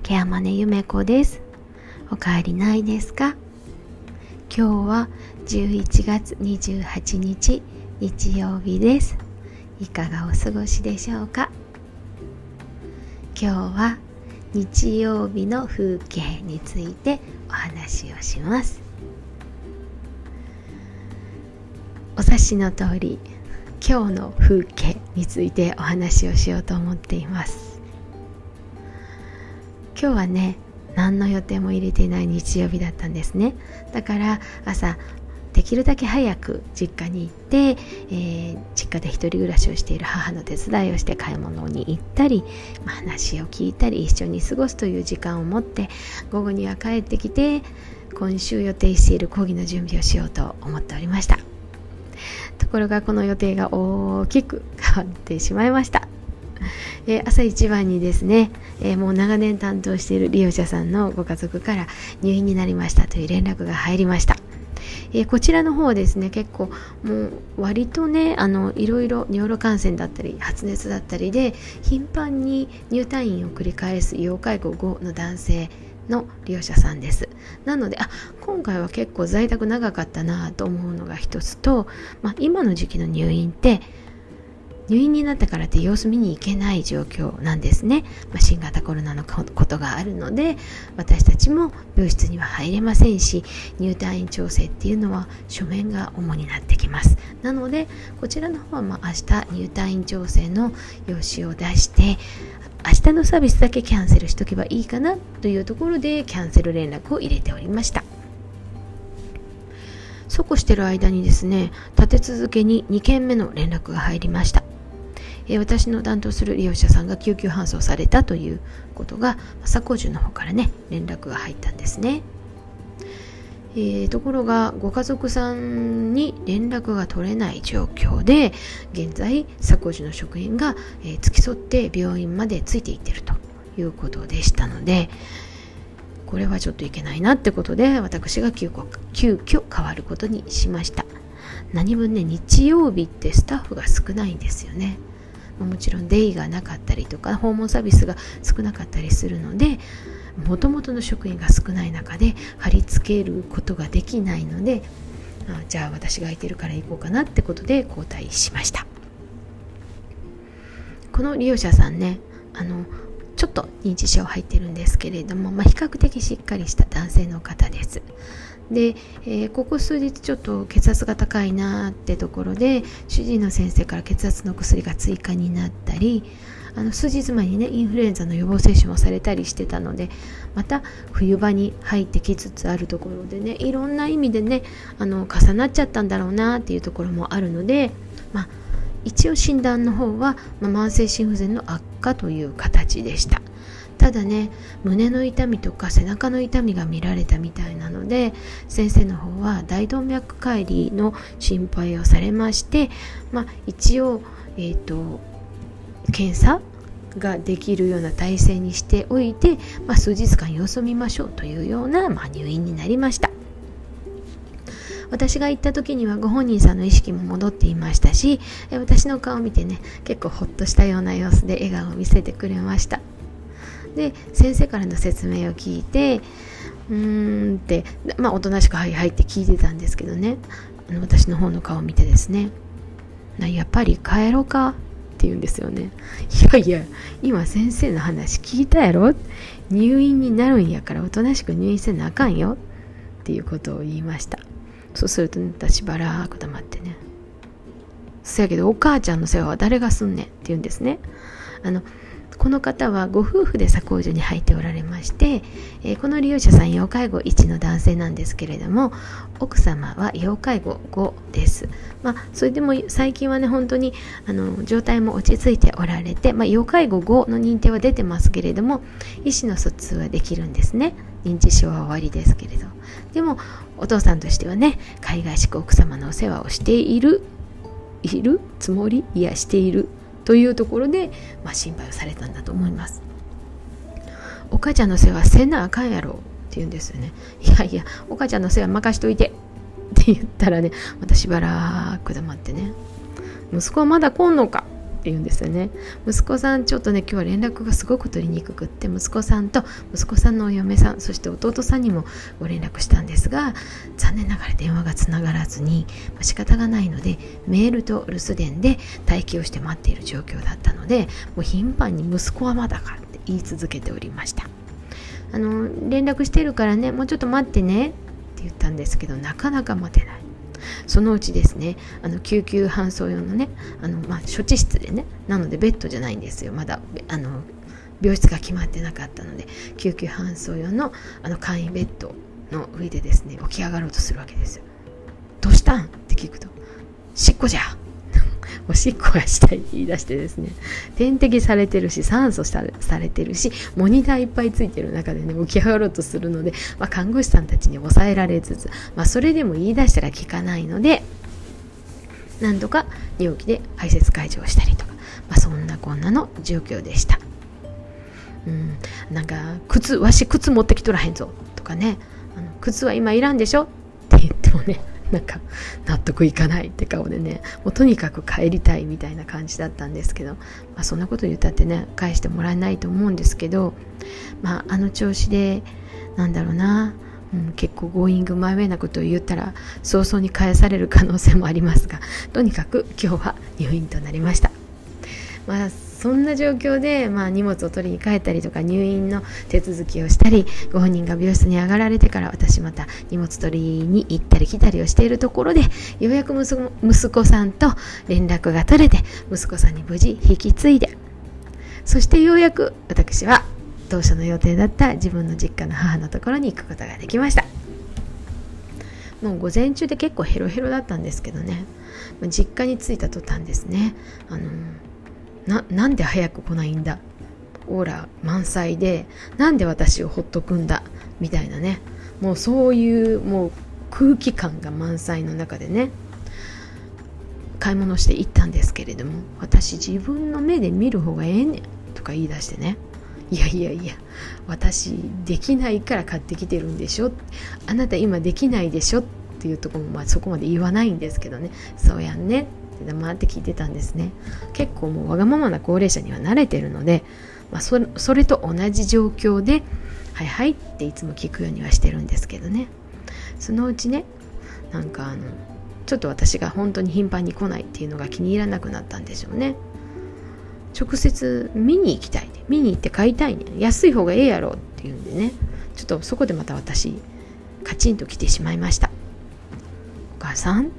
ケアマネゆめこです。おかえりないですか？今日は11月28日日曜日です。いかがお過ごしでしょうか？今日は日曜日の風景についてお話をします。お察しの通り、今日の風景についてお話をしようと思っています。今日はね、何の予定も入れていない日曜日だったんですね。だから朝できるだけ早く実家に行って、実家で一人暮らしをしている母の手伝いをして買い物に行ったり、話を聞いたり一緒に過ごすという時間を持って、午後には帰ってきて今週予定している講義の準備をしようと思っておりました。ところがこの予定が大きく変わってしまいました。朝一番にですね、もう長年担当している利用者さんのご家族から入院になりましたという連絡が入りました。こちらの方はですね、結構もう割とね、いろいろ尿路感染だったり発熱だったりで頻繁に入退院を繰り返す要介護5の男性の利用者さんです。なので今回は結構在宅長かったなと思うのが一つと、今の時期の入院って入院になったからって様子見に行けない状況なんですね。新型コロナのことがあるので、私たちも病室には入れませんし、入退院調整っていうのは書面が主になってきます。なのでこちらの方は明日入退院調整の用紙を出して、明日のサービスだけキャンセルしとけばいいかなというところでキャンセル連絡を入れておりました。そうこうしている間にですね、立て続けに2件目の連絡が入りました。私の担当する利用者さんが救急搬送されたということが佐光樹の方からね連絡が入ったんですね。ところがご家族さんに連絡が取れない状況で、現在佐光樹の職員が、付き添って病院までついていっているということでしたので、これはちょっといけないなってことで、私が急遽変わることにしました。何分ね、日曜日ってスタッフが少ないんですよね。もちろんデイがなかったりとか訪問サービスが少なかったりするので、もともとの職員が少ない中で貼り付けることができないので、じゃあ私が空いてるから行こうかなってことで交代しました。この利用者さんね、ちょっと認知症入ってるんですけれども、比較的しっかりした男性の方です。で、ここ数日ちょっと血圧が高いなってところで、主治医の先生から血圧の薬が追加になったり、数日前にねインフルエンザの予防接種もされたりしてたので、また冬場に入ってきつつあるところでね、いろんな意味でね重なっちゃったんだろうなっていうところもあるので、一応診断の方は、慢性心不全の悪化という形でした。ただね、胸の痛みとか背中の痛みが見られたみたいなので、先生の方は大動脈解離の心配をされまして、一応、検査ができるような体制にしておいて、数日間様子を見ましょうというような、入院になりました。私が行った時にはご本人さんの意識も戻っていましたし、私の顔を見てね結構ほっとしたような様子で笑顔を見せてくれました。で、先生からの説明を聞いてって、おとなしくはいはいって聞いてたんですけどね、私の方の顔を見てですね、やっぱり帰ろうかって言うんですよね。いや今先生の話聞いたやろ、入院になるんやからおとなしく入院せなあかんよっていうことを言いました。そうすると私しばらく黙ってね、そやけどお母ちゃんの世話は誰がすんねんって言うんですね。この方はご夫婦で佐光樹に入っておられまして、この利用者さん要介護1の男性なんですけれども、奥様は要介護5です。それでも最近はね本当に状態も落ち着いておられて、要介護5の認定は出てますけれども、意思の疎通はできるんですね。認知症は終わりですけれど、でもお父さんとしてはね、海外しく奥様のお世話をしているつもり、しているというところで、心配をされたんだと思います。お母ちゃんの世話せなあかんやろって言うんですよね。いやお母ちゃんの世話任しといてって言ったらね、またしばらく黙ってね、息子はまだ来んのかっって言うんですよね。息子さんちょっとね今日は連絡がすごく取りにくくって、息子さんと息子さんのお嫁さん、そして弟さんにもご連絡したんですが、残念ながら電話がつながらずに、仕方がないのでメールと留守電で待機をして待っている状況だったので、もう頻繁に息子はまだかって言い続けておりました。連絡してるからね、もうちょっと待ってねって言ったんですけど、なかなか待てない。そのうちですね、救急搬送用のね、処置室でね、なのでベッドじゃないんですよ、まだ病室が決まってなかったので、救急搬送用の簡易ベッドの上でですね、起き上がろうとするわけですよ。どうしたんって聞くと、しっこじゃおしっこがしたいって言い出してですね、点滴されてるし酸素されてるしモニターいっぱいついてる中でね起き上がろうとするので、看護師さんたちに抑えられつつ、それでも言い出したら聞かないので、何度か寝起きで排泄介助をしたりとか、そんなこんなの状況でした。なんかわし靴持ってきとらへんぞとかね、靴は今いらんでしょって言ってもね、なんか納得いかないって顔でね、もうとにかく帰りたいみたいな感じだったんですけど、そんなこと言ったってね返してもらえないと思うんですけど、調子でなんだろうな、結構ゴーイングマイウェイなことを言ったら早々に返される可能性もありますが、とにかく今日は入院となりました。そんな状況で、荷物を取りに帰ったりとか入院の手続きをしたり、ご本人が病室に上がられてから私また荷物取りに行ったり来たりをしているところで、ようやく息子さんと連絡が取れて、息子さんに無事引き継いで、そしてようやく私は当初の予定だった自分の実家の母のところに行くことができました。もう午前中で結構ヘロヘロだったんですけどね、実家に着いた途端ですね、なんで早く来ないんだ、オーラ満載でなんで私をほっとくんだみたいなね、もうそういうもう空気感が満載の中でね、買い物して行ったんですけれども、私自分の目で見る方がええねんとか言い出してね、いや私できないから買ってきてるんでしょ、あなた今できないでしょっていうところもそこまで言わないんですけどね、そうやんねって黙って聞いてたんですね。結構もうわがままな高齢者には慣れてるので、それと同じ状況ではいはいっていつも聞くようにはしてるんですけどね、そのうちね、なんかちょっと私が本当に頻繁に来ないっていうのが気に入らなくなったんでしょうね。直接見に行きたい、見に行って買いたいね、安い方がええやろっていうんでね、ちょっとそこでまた私カチンと来てしまいました。お母さん、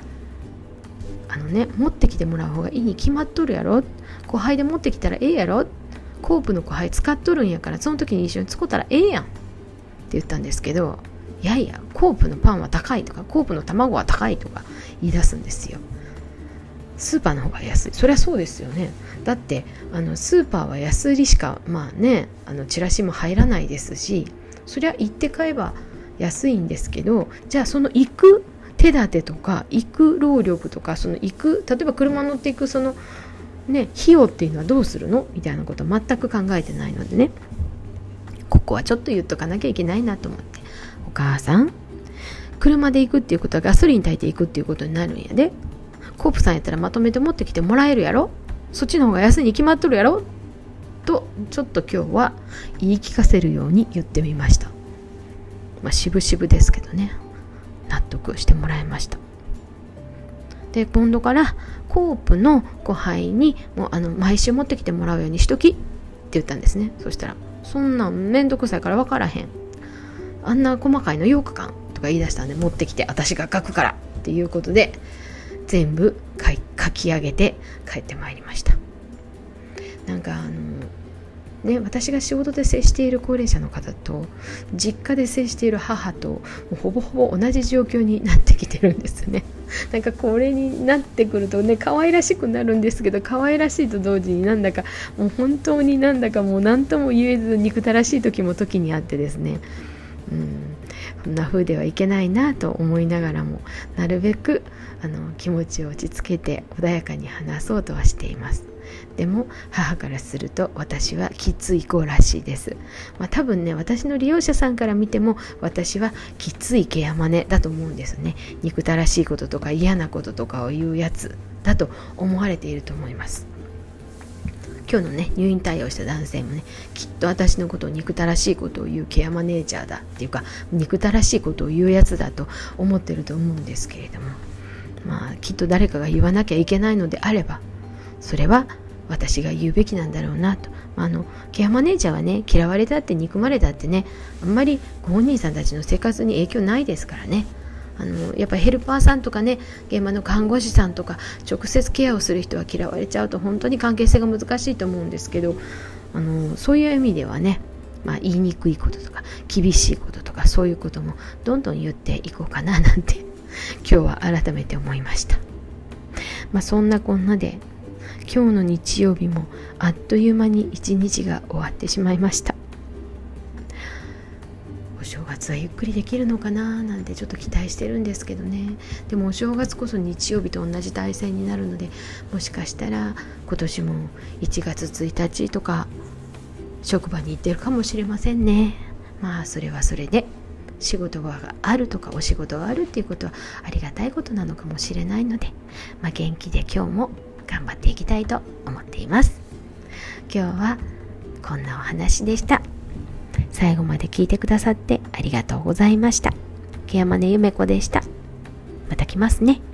持ってきてもらう方がいいに決まっとるやろ、後輩で持ってきたらええやろ、コープの後輩使っとるんやからその時に一緒に使ったらええやんって言ったんですけど、いやコープのパンは高いとかコープの卵は高いとか言い出すんですよ。スーパーの方が安い、そりゃそうですよね。だってスーパーは安売りしかチラシも入らないですし、そりゃ行って買えば安いんですけど、じゃあその行く手立てとか行く労力とか、その行く例えば車乗っていくその費用っていうのはどうするのみたいなことは全く考えてないのでね、ここはちょっと言っとかなきゃいけないなと思って、お母さん、車で行くっていうことはガソリン炊いていくっていうことになるんやで、コープさんやったらまとめて持ってきてもらえるやろ、そっちの方が安いに決まっとるやろと、ちょっと今日は言い聞かせるように言ってみました。渋々ですけどね、納得してもらいました。で、今度からコープの後輩にもう毎週持ってきてもらうようにしときって言ったんですね。そしたら、そんなんめんどくさいから分からへん、あんな細かいのよくかんとか言い出したんで、持ってきて私が書くからっていうことで全部書き上げて帰ってまいりました。なんか私が仕事で接している高齢者の方と実家で接している母とほぼほぼ同じ状況になってきてるんですね。なんかこれになってくるとね、可愛らしくなるんですけど、可愛らしいと同時になんだかもう本当になんだかもう何とも言えず憎たらしい時も時にあってですね、こんな風ではいけないなと思いながらも、なるべく気持ちを落ち着けて穏やかに話そうとはしています。でも母からすると私はきつい子らしいです。多分ね、私の利用者さんから見ても私はきついケアマネだと思うんですね。憎たらしいこととか嫌なこととかを言うやつだと思われていると思います。 今日のね入院対応した男性もね、きっと私のことを憎たらしいことを言うケアマネージャーだっていうか、憎たらしいことを言うやつだと思ってると思うんですけれども、きっと誰かが言わなきゃいけないのであれば、それは私が言うべきなんだろうなと。ケアマネージャーはね、嫌われたって憎まれたってね、あんまりご本人さんたちの生活に影響ないですからね。やっぱりヘルパーさんとかね、現場の看護師さんとか直接ケアをする人は嫌われちゃうと本当に関係性が難しいと思うんですけど、そういう意味ではね、言いにくいこととか厳しいこととかそういうこともどんどん言っていこうかななんて今日は改めて思いました。そんなこんなで今日の日曜日もあっという間に一日が終わってしまいました。お正月はゆっくりできるのかななんてちょっと期待してるんですけどね。でもお正月こそ日曜日と同じ体制になるので、もしかしたら今年も1月1日とか職場に行ってるかもしれませんね。それはそれで仕事があるとかお仕事があるっていうことはありがたいことなのかもしれないので、元気で今日も頑張っていきたいと思っています。今日はこんなお話でした。最後まで聞いてくださってありがとうございました。ケアマネゆめこでした。また来ますね。